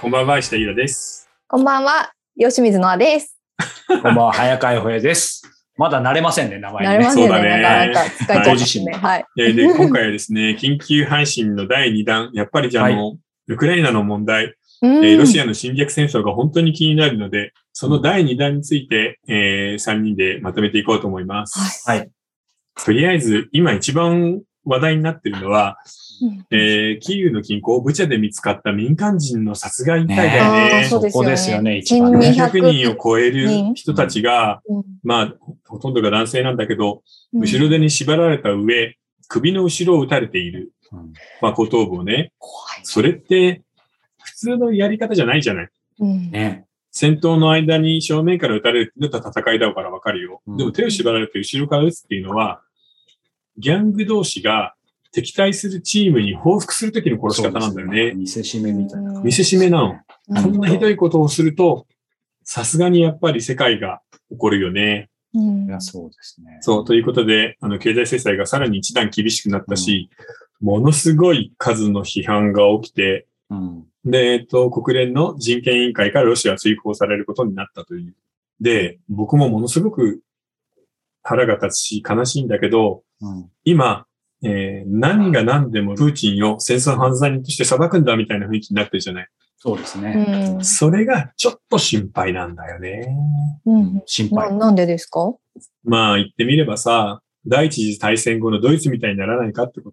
こんばんは、石田ゆらです。 こんばんは、吉水のあです。 こんばんは、早川洋平です。まだ慣れませんね、名前にね。 慣れませんね、 そうだね。 なかなか使いちゃいますね。はい。 で、今回はですね、緊急配信の第2弾、やっぱりウクライナの問題、ロシアの侵略戦争が本当に気になるので、その第2弾について、3人でまとめていこうと思います。 はい。 とりあえず、今一番話題になっているのは、キーウの近郊、ブチャで見つかった民間人の殺害みたいだよね。 そこですよね、一番ね。 200人を超える人たちが、まあ、ほとんどが男性なんだけど、後ろ手に縛られた上、首の後ろを撃たれている。まあ、後頭部をね。それって、普通のやり方じゃないじゃない。 ね。 戦闘の間に正面から撃たれるって言ったら戦いだからわかるよ。でも手を縛られて後ろから撃つっていうのは、ギャング同士が敵対するチームに報復するときの殺し方なんだよね。 見せしめみたいな。 見せしめなの。こんなひどいことをすると、さすがにやっぱり世界が怒るよね。 いや、そうですね。 そう、ということで、経済制裁がさらに一段厳しくなったし、ものすごい数の批判が起きて、で、国連の人権委員会からロシアは追放されることになったという。で、僕もものすごく腹が立つし悲しいんだけど、今、何が何でもプーチンを戦争犯罪人として裁くんだみたいな雰囲気になってるじゃない。 そうですね。 それがちょっと心配なんだよね。 心配。 なんでですか？ まあ言ってみればさ、第一次大戦後のドイツみたいにならないかってこと。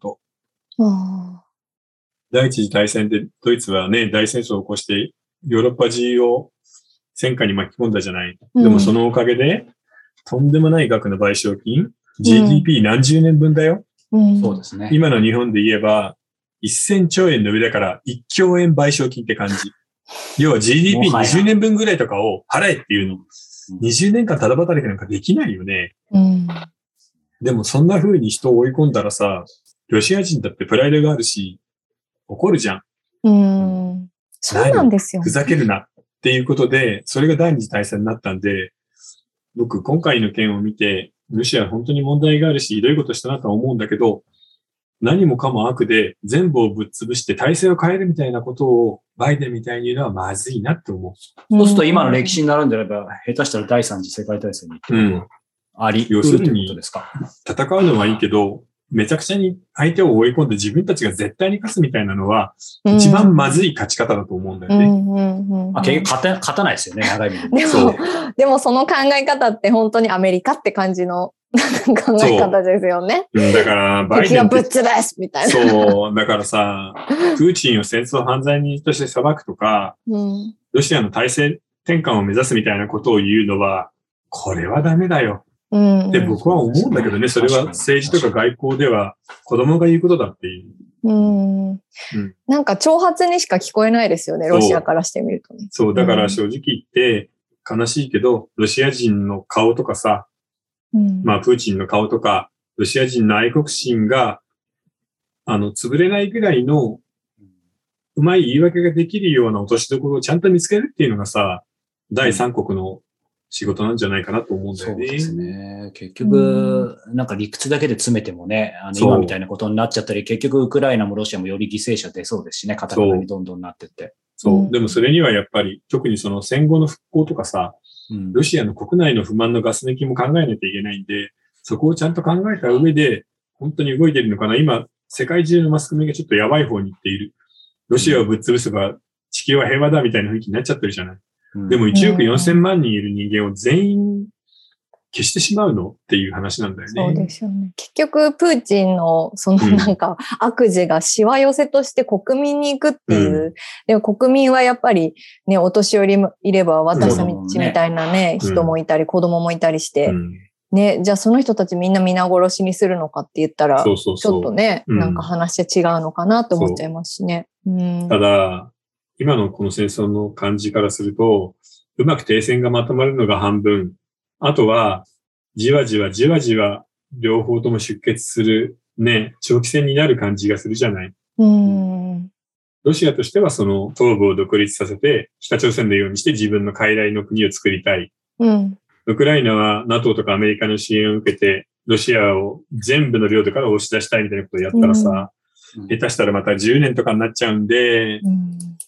第一次大戦でドイツはね、大戦争を起こしてヨーロッパ中を戦火に巻き込んだじゃない。でもそのおかげで、とんでもない額の賠償金、GDP 何十年分だよ。 そうですね。 今の日本で言えば、1000兆円の上だから1兆円賠償金って感じ。要は GDP20 年分ぐらいとかを払えっていうの。20年間ただ働きなんかできないよね。でもそんな風に人を追い込んだらさ、ロシア人だってプライドがあるし、怒るじゃん。 そうなんですよ。 ふざけるなっていうことで、それが第二次大戦になったんで、僕今回の件を見て、ロシアは本当に問題があるし、ひどいことしたなとは思うんだけど、何もかも悪で全部をぶっ潰して体制を変えるみたいなことをバイデンみたいに言うのはまずいなって思う。 そうすると今の歴史になるんであれば、下手したら第三次世界大戦に行ってあり得るということですか。 戦うのはいいけど、めちゃくちゃに相手を追い込んで自分たちが絶対に勝つみたいなのは、一番まずい勝ち方だと思うんだよね。 結局勝たないですよね、長い目で。 でもその考え方って本当にアメリカって感じの考え方ですよね。 だから、バイデン。 敵がぶっ潰すみたいな。 そう。だからさ、プーチンを戦争犯罪人として裁くとか、ロシアの体制転換を目指すみたいなことを言うのは、これはダメだよ。で、僕は思うんだけどね、それは政治とか外交では子供が言うことだっていう。 なんか挑発にしか聞こえないですよね、ロシアからしてみるとね。 そう、だから正直言って悲しいけど、ロシア人の顔とかさ、まあ、プーチンの顔とか、ロシア人の愛国心が、潰れないぐらいの、うまい言い訳ができるような落としどころをちゃんと見つけるっていうのがさ、第三国の仕事なんじゃないかなと思うんだよね。 そうですね。結局、なんか理屈だけで詰めてもね、今みたいなことになっちゃったり、結局ウクライナもロシアもより犠牲者出そうですしね、片方にどんどんなってって。 そう。でもそれにはやっぱり、特にその戦後の復興とかさ、ロシアの国内の不満のガス抜きも考えないといけないんで、そこをちゃんと考えた上で、本当に動いているのかな。今、世界中のマスコミがちょっとやばい方に行っている。ロシアをぶっ潰せば地球は平和だみたいな雰囲気になっちゃってるじゃない。でも1億4000万人いる人間を全員消してしまうのっていう話なんだよね。 そうですよね。結局、プーチンのそのなんか悪事がしわ寄せとして国民に行くっていう。でも国民はやっぱりね、お年寄りもいれば私たちみたいなね、人もいたり、子供もいたりして。ね、じゃあその人たちみんな皆殺しにするのかって言ったら、ちょっとね、なんか話は違うのかなと思っちゃいますしね。 ただ、今のこの戦争の感じからすると、うまく停戦がまとまるのが半分。あとは、じわじわじわじわ、両方とも出血する、ね、長期戦になる感じがするじゃない。ロシアとしてはその東部を独立させて、北朝鮮のようにして自分の傀儡の国を作りたい。ウクライナは NATO とかアメリカの支援を受けて、ロシアを全部の領土から押し出したいみたいなことをやったらさ、下手したらまた10年とかになっちゃうんで、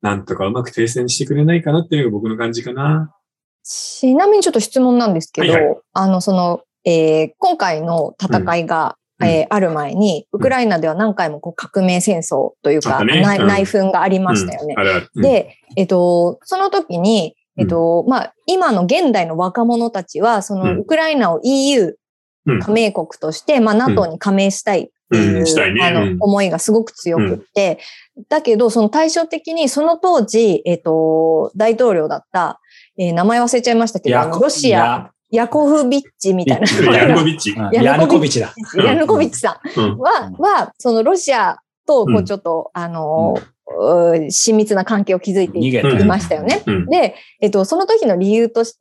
なんとかうまく停戦してくれないかなっていうのが僕の感じかな。 ちなみにちょっと質問なんですけど、 はいはい今回の戦いが、ある前に、ウクライナでは何回も革命戦争というか、内紛がありましたよね。 あるある。 で、その時に、今の現代の若者たちは、そのウクライナを EU 加盟国として、NATO に加盟したいっていう、思いがすごく強くって、だけど、その対照的に、その当時、大統領だった、名前忘れちゃいましたけど、ロシア、ヤコフビッチみたいな。 ヤヌコビッチだ。 ヤヌコビッチさんは、そのロシアと、ちょっと、親密な関係を築いていましたよね。で、その時の理由として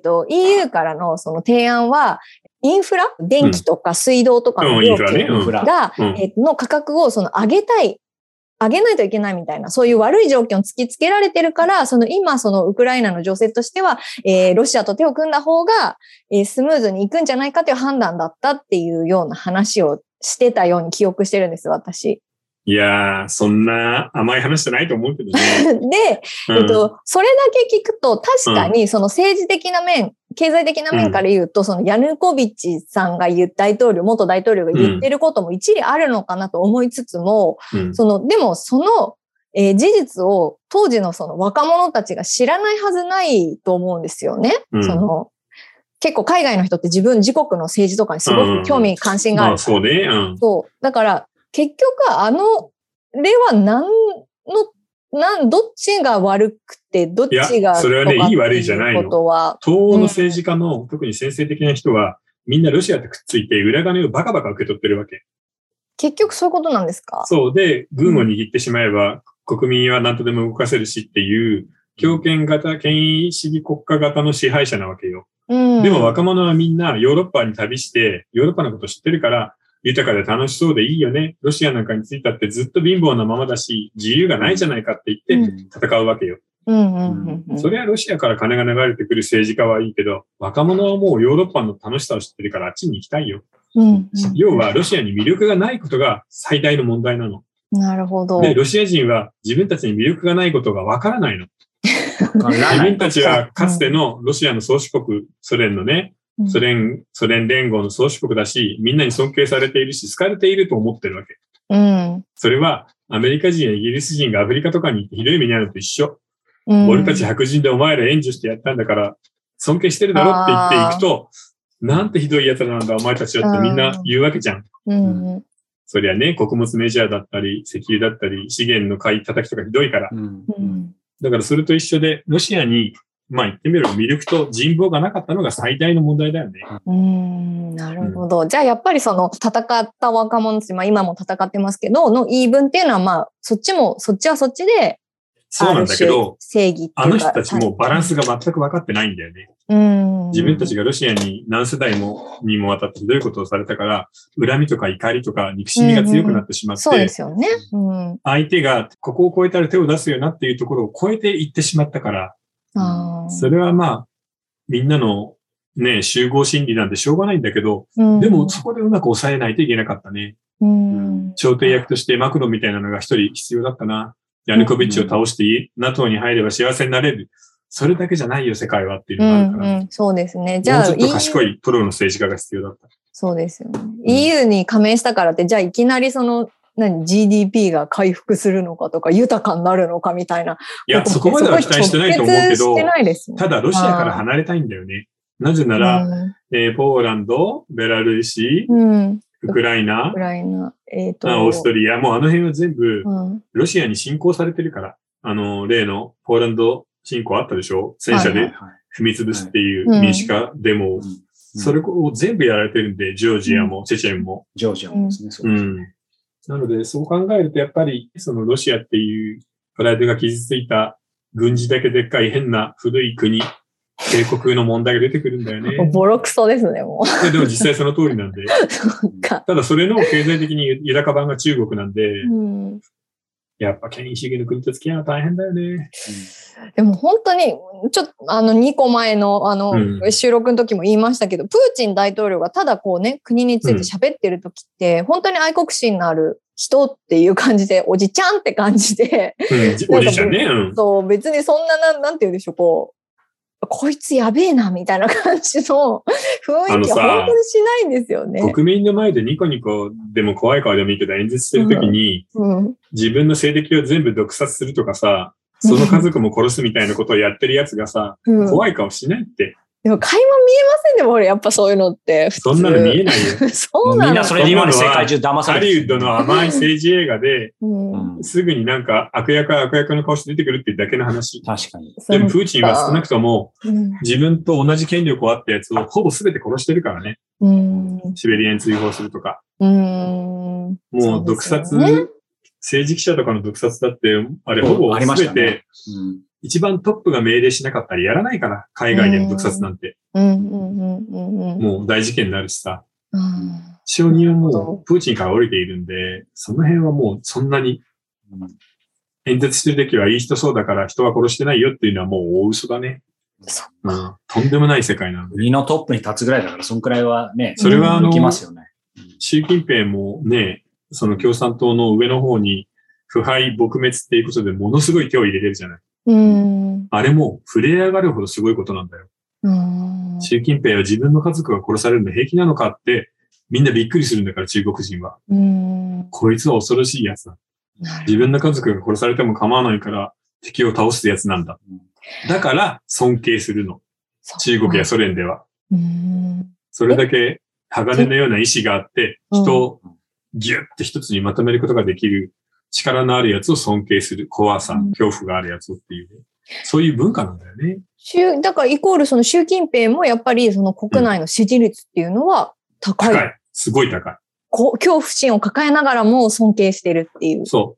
、EU からのその提案は、インフラ、電気とか水道とかの料金が、の価格を上げないといけないみたいな、そういう悪い条件を突きつけられてるから、今、ウクライナの情勢としては、ロシアと手を組んだ方が、スムーズにいくんじゃないかという判断だったっていうような話をしてたように記憶してるんです、私。 いやー、そんな甘い話じゃないと思うけどね。 で、それだけ聞くと、確かにその政治的な面、経済的な面から言うと、そのヤヌコビッチさんが元大統領が言ってることも一理あるのかなと思いつつも、でも事実を当時のその若者たちが知らないはずないと思うんですよね。結構海外の人って自国の政治とかにすごく興味関心がある。 そうね。 そう。だから、結局、例はどっちが悪くて、どっちがそれはね、いい悪いじゃないの。 東欧の政治家の、特に先制的な人は、みんなロシアとくっついて、裏金をバカバカ受け取ってるわけ。 結局そういうことなんですか？ そう。で、軍を握ってしまえば、国民は何とでも動かせるしっていう、強権型、権威主義国家型の支配者なわけよ。でも若者はみんなヨーロッパに旅して、ヨーロッパのこと知ってるから、豊かで楽しそうでいいよね。ロシアなんかについたってずっと貧乏なままだし、自由がないじゃないかって言って戦うわけよ。それはロシアから金が流れてくる政治家はいいけど、若者はもうヨーロッパの楽しさを知ってるからあっちに行きたいよ。要はロシアに魅力がないことが最大の問題なの。 なるほど。 で、ロシア人は自分たちに魅力がないことがわからないの。自分たちはかつてのロシアの宗主国、ソ連のね、ソ連連合の宗主国だし、みんなに尊敬されているし、好かれていると思ってるわけ。それは、アメリカ人やイギリス人がアフリカとかに行ってひどい目に遭うのと一緒。俺たち白人でお前ら援助してやったんだから、尊敬してるだろって言っていくと、なんてひどい奴らなんだ、お前たちはってみんな言うわけじゃん。そりゃね、穀物メジャーだったり、石油だったり、資源の買い叩きとかひどいから。だからそれと一緒で、ロシアに、言ってみれば魅力と人望がなかったのが最大の問題だよね。 なるほど。じゃあやっぱり戦った若者たち、今も戦ってますけど、の言い分っていうのはそっちはそっちで、 そうなんだけど、 正義あの人たちもバランスが全く分かってないんだよね。自分たちがロシアに何世代にもわたってひどいことをされたから、恨みとか怒りとか憎しみが強くなってしまって、 そうですよね。 相手がここを超えたら手を出すよなっていうところを超えていってしまったから、それはみんなのね、集合心理なんでしょうがないんだけど、でもそこでうまく抑えないといけなかったね。調停役としてマクロンみたいなのが一人必要だったな。ヤヌコビッチを倒してNATO に入れば幸せになれる。それだけじゃないよ、世界はっていうのがあるから。 そうですね。じゃあ、 もうちょっと賢いプロの政治家が必要だった。 そうですよね。EU に加盟したからって、じゃあいきなりGDP が回復するのかとか、豊かになるのかみたいな。 いや、そこまでは期待してないと思うけど、ただロシアから離れたいんだよね。なぜなら、ポーランド、ベラルーシ、ウクライナ、オーストリア、もうあの辺は全部、ロシアに侵攻されてるから、例のポーランド侵攻あったでしょ？戦車で踏み潰すっていう民主化デモを、それを全部やられてるんで、ジョージアもチェチェンも。 ジョージアもですね。 なので、そう考えると、やっぱり、そのロシアっていうプライドが傷ついた軍事だけでっかい変な古い国、帝国の問題が出てくるんだよね。 ボロクソですね、もう。 でも実際その通りなんで。ただそれの経済的に豊か版が中国なんで、 やっぱ権威主義の国と付き合うのは大変だよね。 でも本当に、ちょっと2個前の収録の時も言いましたけど、プーチン大統領がただこうね、国について喋ってる時って、本当に愛国心のある人っていう感じで、おじちゃんって感じで。 おじちゃんね。 そう、別にそんな、なんて言うんでしょう、こいつやべえな、みたいな感じの雰囲気は本当にしないんですよね。 国民の前でニコニコでも怖い顔でもいいけど演説してるときに、自分の性癖を全部毒殺するとかさ、その家族も殺すみたいなことをやってるやつがさ、怖い顔しないって。 でも垣間見えませんでも、俺やっぱそういうのって。 そんなの見えないよ。 そうなの。 みんなそれで今の世界中騙されてる。 ハリウッドの甘い政治映画で、すぐになんか悪役の顔して出てくるっていうだけの話。 確かに。 でもプーチンは少なくとも、自分と同じ権力をあったやつをほぼ全て殺してるからね。シベリアに追放するとか。もう毒殺、政治記者とかの毒殺だって、あれほぼ全て、一番トップが命令しなかったらやらないから、海外での毒殺なんて。もう大事件になるしさ。承認はもうプーチンから降りているんで、その辺はもうそんなに、演説してる時はいい人そうだから人は殺してないよっていうのはもう大嘘だね。とんでもない世界なので。 国のトップに立つぐらいだから、そんくらいはね、 それはきますよね。 習近平もね、その共産党の上の方に腐敗撲滅っていうことでものすごい手を入れてるじゃない。あれも触れ上がるほどすごいことなんだよ。習近平は自分の家族が殺されるの平気なのかってみんなびっくりするんだから中国人は。こいつは恐ろしいやつだ。自分の家族が殺されても構わないから敵を倒すやつなんだ。だから尊敬するの。中国やソ連では。それだけ鋼のような意志があって人をギュッて一つにまとめることができる力のあるやつを尊敬する。怖さ、恐怖があるやつっていうね。そういう文化なんだよね。 だからイコールその習近平もやっぱりその国内の支持率っていうのは高い。 高い。すごい高い。 恐怖心を抱えながらも尊敬してるっていう。 そう。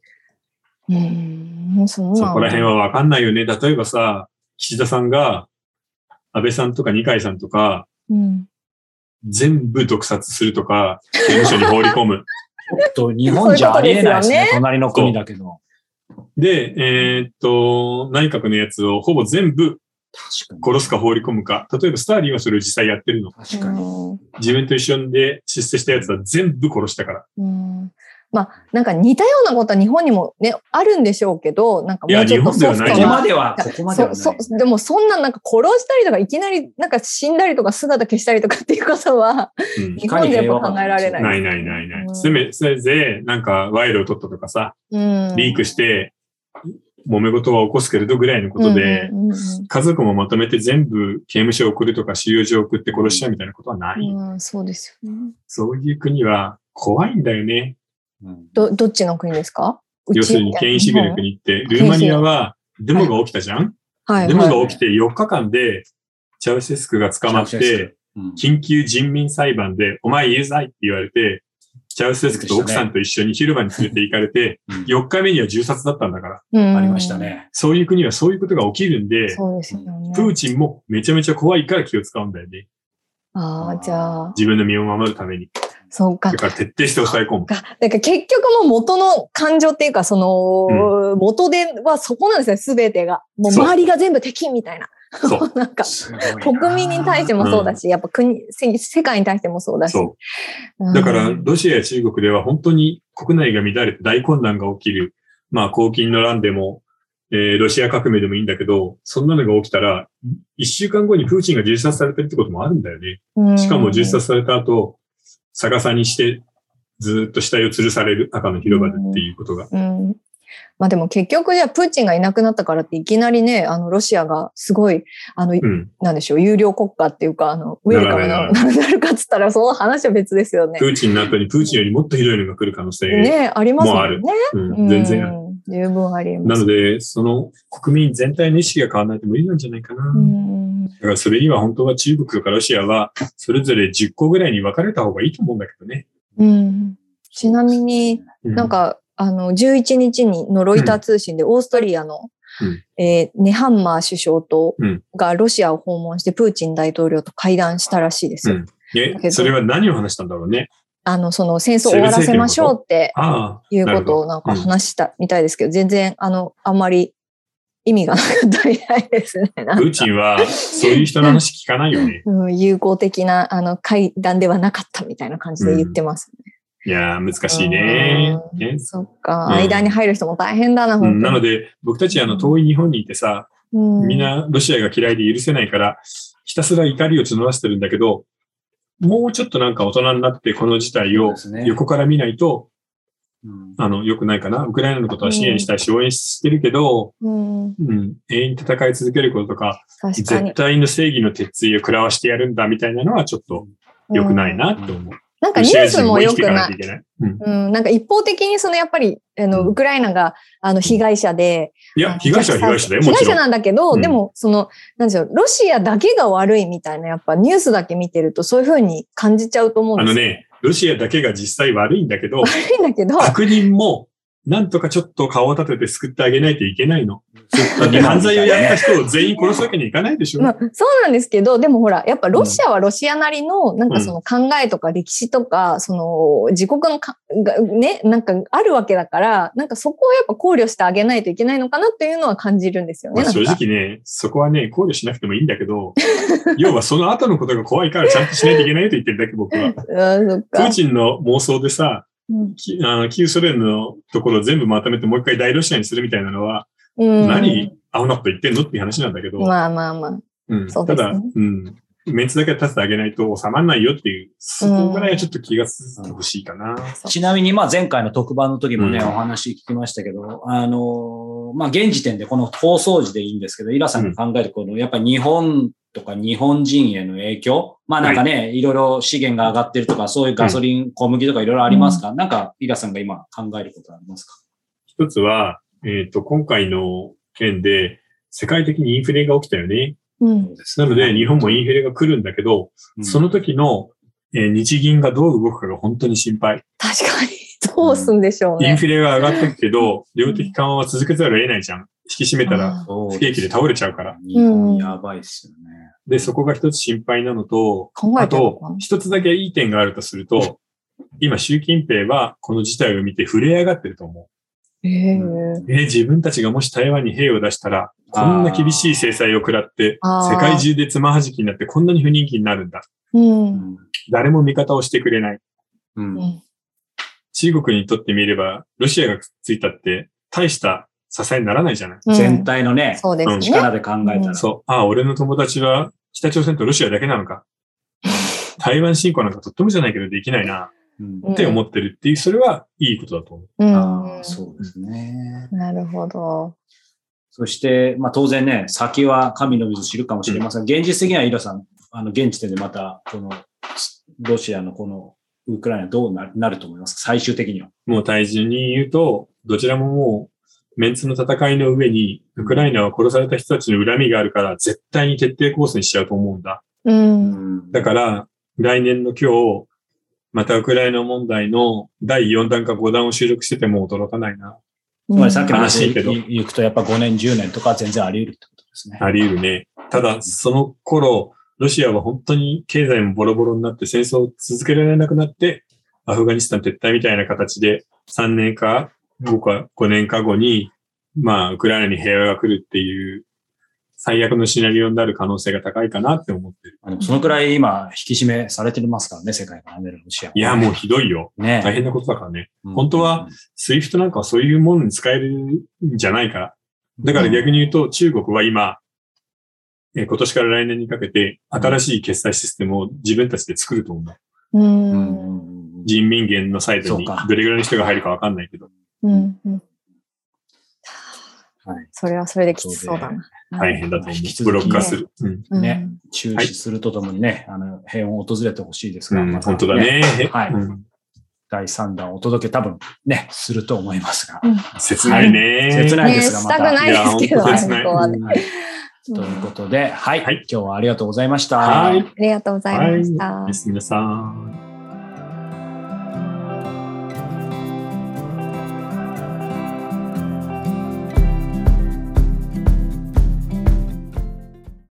そこら辺はわかんないよね。例えばさ、岸田さんが安倍さんとか二階さんとか、全部毒殺するとか、刑務所に放り込む。 日本じゃありえないですね。隣の国だけど。 で、内閣のやつをほぼ全部殺すか放り込むか。例えばスターリンはそれを実際やってるの。 確かに。 自分と一緒で出世したやつは全部殺したから。 まあ、なんか似たようなことは日本にもね、あるんでしょうけど、なんかもうちょっとソフトな。 ここまではない。 でもそんななんか殺したりとか、いきなりなんか死んだりとか姿消したりとかっていうことは、日本でも考えられない。 ない。せいぜいなんか賄賂を取ったとかさ、リークして、揉め事は起こすけれどぐらいのことで、家族もまとめて全部刑務所を送るとか収容所を送って殺しちゃうみたいなことはない。 そうですよね。 そういう国は怖いんだよね。 どっちの国ですか？ 要するに権威主義の国って、ルーマニアはデモが起きたじゃん？デモが起きて4日間でチャウシェスクが捕まって、緊急人民裁判でお前有罪って言われて、チャウシェスクと奥さんと一緒に広場に連れて行かれて、4日目には銃殺だったんだから。 ありましたね。 そういう国はそういうことが起きるんで、 そうですよね。 プーチンもめちゃめちゃ怖いから気を使うんだよね。 じゃあ。 自分の身を守るために。 そうか。 だから徹底して抑え込む。 だから結局もう元の感情っていうか、その、元ではそこなんですよ、すべてが。もう周りが全部敵みたいな。なんか、国民に対してもそうだし、やっぱ世界に対してもそうだし。 だから、ロシアや中国では本当に国内が乱れて大混乱が起きる。まあ、黄巾の乱でも、ロシア革命でもいいんだけど、そんなのが起きたら、1週間後にプーチンが銃殺されてるってこともあるんだよね。しかも銃殺された後、逆さにして、ずっと死体を吊るされる赤の広場でっていうことが。 まあでも結局じゃあプーチンがいなくなったからっていきなりね、ロシアがすごい、なんでしょう、有料国家っていうか、ウェルカムなるかっつったらその話は別ですよね。 プーチンの後にプーチンよりもっとひどいのが来る可能性もある。 ね、ありますもんね。 全然ある。 十分あります。 なので、その国民全体の意識が変わらないと無理なんじゃないかな。だからそれには本当は中国とかロシアはそれぞれ10個ぐらいに分かれた方がいいと思うんだけどね。 ちなみになんか、11日のロイター通信でオーストリアの、ネハンマー首相がロシアを訪問してプーチン大統領と会談したらしいですよ。 それは何を話したんだろうね。 その戦争を終わらせましょうっていうことをなんかなるほど話したみたいですけど、全然、あんまり意味がなかったみたいですね。 プーチンはそういう人の話聞かないよね。 友好的な、会談ではなかったみたいな感じで言ってますね。 いやー、難しいね。 そっか、間に入る人も大変だな、本当に。 なので、僕たち遠い日本にいてさ、みんなロシアが嫌いで許せないから、ひたすら怒りを募らせてるんだけど、もうちょっとなんか大人になってこの事態を横から見ないと、良くないかな。ウクライナのことは支援したいし、応援してるけど、永遠に戦い続けることとか、絶対の正義の鉄槌を食らわしてやるんだみたいなのはちょっと良くないなって思う。 なんかニュースも良くない。なんか一方的にやっぱり、ウクライナが、被害者で。 いや、被害者は被害者だよ、 もちろん。被害者なんだけど、でも、なんでしょう、ロシアだけが悪いみたいな、やっぱニュースだけ見てるとそういうふうに感じちゃうと思うんですよ。 ロシアだけが実際悪いんだけど、悪人も、なんとかちょっと顔を立てて救ってあげないといけないの。犯罪をやった人を全員殺すわけにいかないでしょ。 そうなんですけど、でもほら、やっぱロシアはロシアなりの、なんか考えとか歴史とか、自国のね、なんかあるわけだから、なんかそこをやっぱ考慮してあげないといけないのかなっていうのは感じるんですよね。 正直ね、そこはね、考慮しなくてもいいんだけど、要はその後のことが怖いからちゃんとしないといけないと言ってるだけ、僕は。プーチンの妄想でさ、旧ソ連のところを全部まとめてもう一回大ロシアにするみたいなのは、何、アホなこと言ってんのっていう話なんだけど。 まあ。 ただ、メンツだけは立ててあげないと収まらないよっていう、そこぐらいはちょっと気がついてほしいかな。 ちなみに、前回の特番の時もね、お話聞きましたけど、現時点でこの放送時でいいんですけど、イラさんが考えるやっぱり日本とか日本人への影響、なんかね、いろいろ資源が上がってるとか、そういうガソリン、小麦とかいろいろありますか？なんか、イラさんが今考えることありますか？ 一つは、今回の件で世界的にインフレが起きたよね。なので、日本もインフレが来るんだけど、その時の、日銀がどう動くかが本当に心配。 確かに。どうすんでしょうね。 インフレが上がってくけど、量的緩和は続けざるを得ないじゃん。引き締めたら不景気で倒れちゃうから。 日本やばいっすよね。 で、そこが一つ心配なのと、あと、一つだけいい点があるとすると、今、習近平はこの事態を見て震え上がってると思う。自分たちがもし台湾に兵を出したら、こんな厳しい制裁を食らって、世界中でつまはじきになってこんなに不人気になるんだ。誰も味方をしてくれない。中国にとってみれば、ロシアがくっついたって大した支えにならないじゃない。 全体のね、力で考えたら。 そう。俺の友達は北朝鮮とロシアだけなのか。台湾侵攻なんかとってもじゃないけどできないな。って思ってるっていう、それはいいことだと思う。そうですね。 なるほど。 そして、当然ね、先は神の水知るかもしれません。現実的にはイラさん、現時点でまた、この、ロシアのこの、ウクライナどうなると思いますか？最終的には。 もう単純に言うと、どちらももう、メンツの戦いの上に、ウクライナは殺された人たちの恨みがあるから、絶対に徹底抗戦しちゃうと思うんだ。だから、来年の今日、またウクライナ問題の第4弾か5弾を収録してても驚かないな。 つまりさっきの話に行くとやっぱ5年、10年とか全然あり得るってことですね。 あり得るね。ただ、その頃、ロシアは本当に経済もボロボロになって戦争を続けられなくなって、アフガニスタン撤退みたいな形で3年か5年か後に、ウクライナに平和が来るっていう最悪のシナリオになる可能性が高いかなって思ってる。 そのくらい今引き締めされてますからね、世界がロシアは。 いや、もうひどいよ。 ね、 大変なことだからね。本当は、スイフトなんかはそういうものに使えるんじゃないか。だから逆に言うと、中国は今、今年から来年にかけて新しい決済システムを自分たちで作ると思う。人民元のサイトにどれぐらいの人が入るかわかんないけど。 それはそれできつそうだな。 大変だと思う。ブロック化する。 ね。中止するとともにね、平穏を訪れてほしいですが。 本当だね。 はい。第3弾をお届け多分ね、すると思いますが。 切ないね。 切ないですが、 また。したくないですけど、 切ない。 ということで、はい。今日はありがとうございました。 はい。 ありがとうございました。 おやすみなさい。